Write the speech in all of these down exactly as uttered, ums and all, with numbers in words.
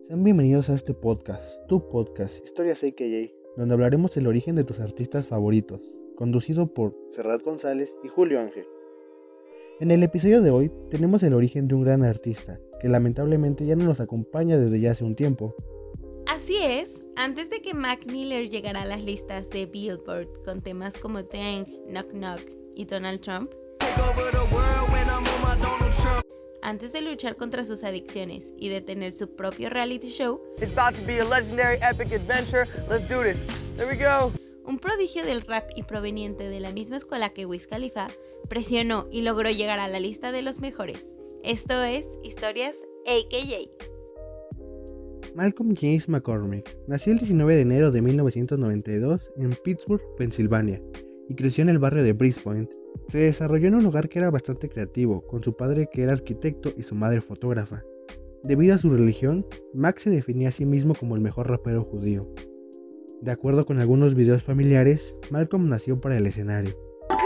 Sean bienvenidos a este podcast, tu podcast, Historias A K J, donde hablaremos del origen de tus artistas favoritos, conducido por Serrat González y Julio Ángel. En el episodio de hoy tenemos el origen de un gran artista, que lamentablemente ya no nos acompaña desde ya hace un tiempo. Así es, antes de que Mac Miller llegara a las listas de Billboard con temas como Dang, Knock Knock y Donald Trump, antes de luchar contra sus adicciones y de tener su propio reality show, It's about to be a legendary epic adventure. Let's do this. There we go. un prodigio del rap y proveniente de la misma escuela que Wiz Khalifa, presionó y logró llegar a la lista de los mejores. Esto es Historias A K J. Malcolm James McCormick nació el diecinueve de enero de mil novecientos noventa y dos en Pittsburgh, Pensilvania, y creció en el barrio de Breeze Point. Se desarrolló en un hogar que era bastante creativo, con su padre que era arquitecto y su madre fotógrafa. Debido a su religión, Mac se definía a sí mismo como el mejor rapero judío. De acuerdo con algunos videos familiares, Malcolm nació para el escenario.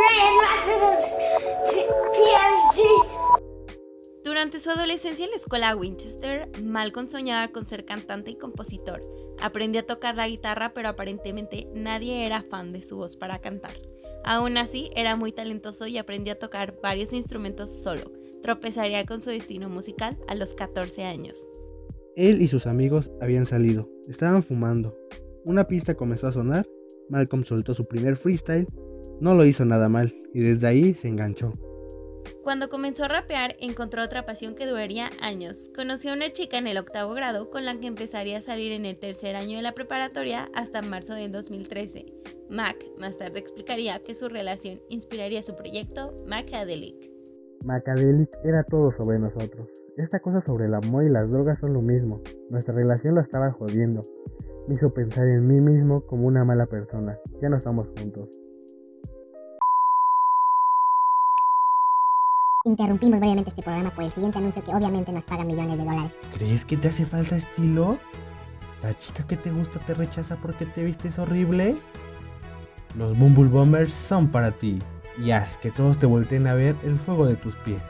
Durante su adolescencia en la escuela Winchester, Malcolm soñaba con ser cantante y compositor. Aprendió a tocar la guitarra, pero aparentemente nadie era fan de su voz para cantar. Aún así, era muy talentoso y aprendió a tocar varios instrumentos solo. Tropezaría con su destino musical a los catorce años. Él y sus amigos habían salido, estaban fumando. Una pista comenzó a sonar, Malcolm soltó su primer freestyle, no lo hizo nada mal y desde ahí se enganchó. Cuando comenzó a rapear, encontró otra pasión que duraría años. Conoció a una chica en el octavo grado con la que empezaría a salir en el tercer año de la preparatoria hasta marzo del dos mil trece. Mac más tarde explicaría que su relación inspiraría su proyecto Macadelic. Macadelic era todo sobre nosotros. Esta cosa sobre el amor y las drogas son lo mismo. Nuestra relación lo estaba jodiendo. Me hizo pensar en mí mismo como una mala persona. Ya no estamos juntos. Interrumpimos brevemente este programa por el siguiente anuncio que obviamente nos paga millones de dólares. ¿Crees que te hace falta estilo? ¿La chica que te gusta te rechaza porque te vistes horrible? Los Bumble Bombers son para ti. Y haz que todos te volteen a ver el fuego de tus pies.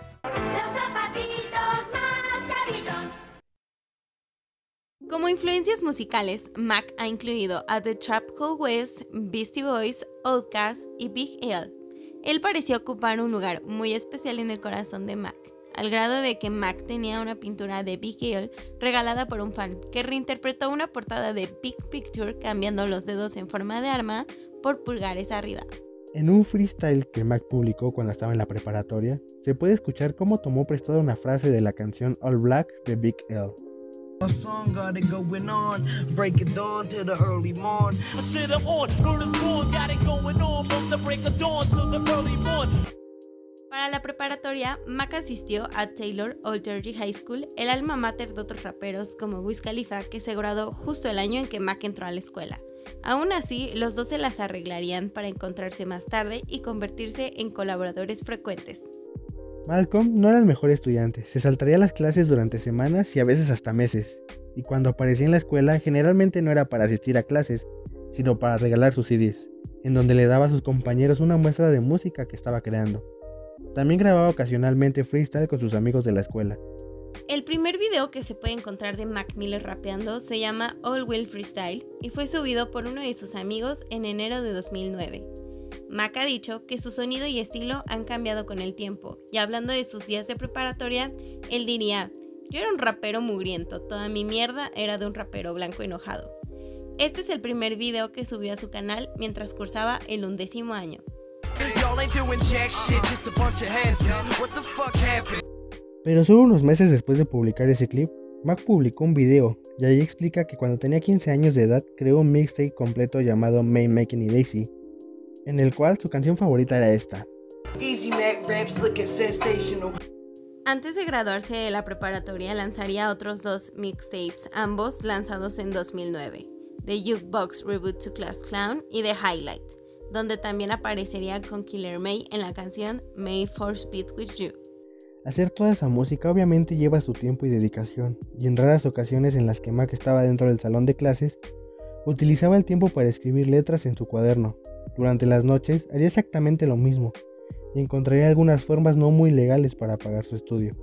Como influencias musicales, Mac ha incluido a The Trap Called West, Beastie Boys, Outkast y Big L. Él pareció ocupar un lugar muy especial en el corazón de Mac, al grado de que Mac tenía una pintura de Big L regalada por un fan, que reinterpretó una portada de Big Picture cambiando los dedos en forma de arma por pulgares arriba. En un freestyle que Mac publicó cuando estaba en la preparatoria, se puede escuchar cómo tomó prestada una frase de la canción All Black de Big L. My song got it going on, break it dawn to the early morn. Shit I'm on, Lord is born, got it going on from the break of dawn to the early morn. Para la preparatoria, Mac asistió a Taylor Aldergy High School, el alma mater de otros raperos como Wiz Khalifa, que se graduó justo el año en que Mac entró a la escuela. Aún así, los dos se las arreglarían para encontrarse más tarde y convertirse en colaboradores frecuentes. Malcolm no era el mejor estudiante, se saltaría las clases durante semanas y a veces hasta meses, y cuando aparecía en la escuela generalmente no era para asistir a clases, sino para regalar sus C Ds, en donde le daba a sus compañeros una muestra de música que estaba creando. También grababa ocasionalmente freestyle con sus amigos de la escuela. El primer video que se puede encontrar de Mac Miller rapeando se llama All Will Freestyle y fue subido por uno de sus amigos en enero de dos mil nueve. Mac ha dicho que su sonido y estilo han cambiado con el tiempo, y hablando de sus días de preparatoria, él diría: yo era un rapero mugriento, toda mi mierda era de un rapero blanco enojado. Este es el primer video que subió a su canal mientras cursaba el undécimo año. Pero solo unos meses después de publicar ese clip, Mac publicó un video, y ahí explica que cuando tenía quince años de edad creó un mixtape completo llamado Main Making y Daisy, en el cual su canción favorita era esta. Antes de graduarse de la preparatoria lanzaría otros dos mixtapes, ambos lanzados en dos mil nueve, The Jukebox Reboot to Class Clown y The Highlight, donde también aparecería con Killer May en la canción Made for Speed With You. Hacer toda esa música obviamente lleva su tiempo y dedicación, y en raras ocasiones en las que Mac estaba dentro del salón de clases, utilizaba el tiempo para escribir letras en su cuaderno. Durante las noches haría exactamente lo mismo, y encontraría algunas formas no muy legales para pagar su estudio.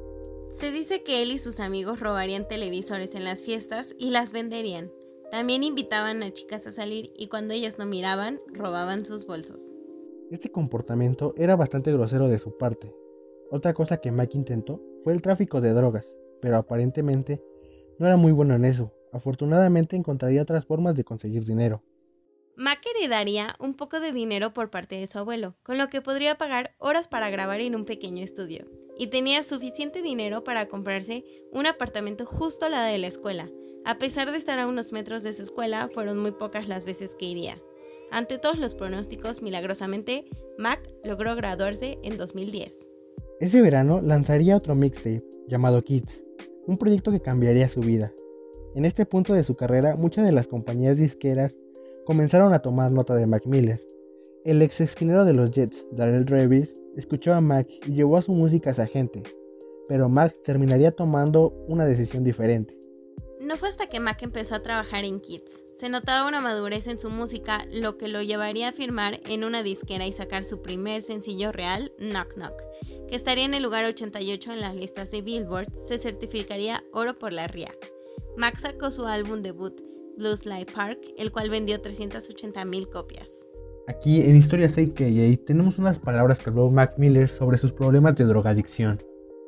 Se dice que él y sus amigos robarían televisores en las fiestas y las venderían. También invitaban a chicas a salir y cuando ellas no miraban, robaban sus bolsos. Este comportamiento era bastante grosero de su parte. Otra cosa que Mac intentó fue el tráfico de drogas, pero aparentemente no era muy bueno en eso. Afortunadamente encontraría otras formas de conseguir dinero. Mac heredaría un poco de dinero por parte de su abuelo, con lo que podría pagar horas para grabar en un pequeño estudio. Y tenía suficiente dinero para comprarse un apartamento justo al lado de la escuela. A pesar de estar a unos metros de su escuela, fueron muy pocas las veces que iría. Ante todos los pronósticos, milagrosamente, Mac logró graduarse en dos mil diez. Ese verano lanzaría otro mixtape, llamado Kids, un proyecto que cambiaría su vida. En este punto de su carrera, muchas de las compañías disqueras comenzaron a tomar nota de Mac Miller. El ex esquinero de los Jets, Darrell Revis, escuchó a Mac y llevó a su música a esa gente, pero Mac terminaría tomando una decisión diferente. No fue hasta que Mac empezó a trabajar en Kids. Se notaba una madurez en su música, lo que lo llevaría a firmar en una disquera y sacar su primer sencillo real, Knock Knock, que estaría en el lugar ochenta y ocho en las listas de Billboard. Se certificaría oro por la R I A. Mac sacó su álbum debut, Blues Light Park, el cual vendió trescientas ochenta mil copias. Aquí en Historias A K A tenemos unas palabras que habló Mac Miller sobre sus problemas de drogadicción.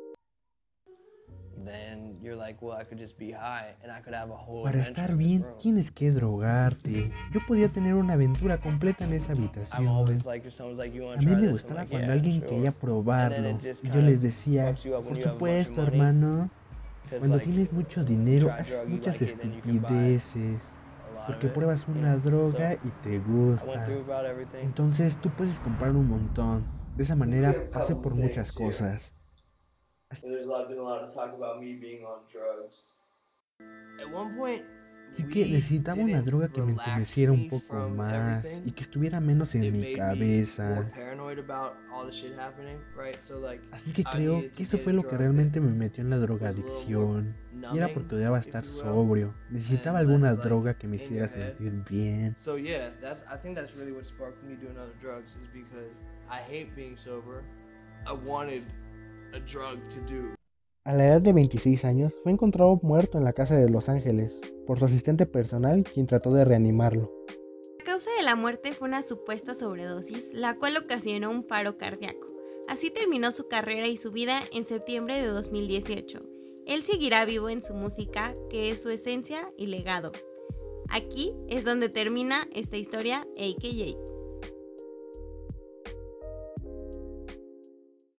Para estar bien tienes que drogarte. Yo podía tener una aventura completa en esa habitación. A mí me gustaba cuando alguien quería probarlo y yo les decía, por supuesto hermano, cuando tienes mucho dinero haces muchas estupideces porque pruebas una droga y te gusta. Entonces tú puedes comprar un montón. De esa manera pasé por muchas cosas. Así que necesitaba una droga que me entumeciera un poco más y que estuviera menos en mi cabeza. Así que creo que eso fue lo que realmente me metió en la drogadicción. Y era porque odiaba estar sobrio. Necesitaba alguna droga que me hiciera sentir bien. A la edad de veintiséis años, fue encontrado muerto en la casa de Los Ángeles por su asistente personal, quien trató de reanimarlo. La causa de la muerte fue una supuesta sobredosis, la cual ocasionó un paro cardíaco. Así terminó su carrera y su vida en septiembre de dos mil dieciocho. Él seguirá vivo en su música, que es su esencia y legado. Aquí es donde termina esta historia A K A.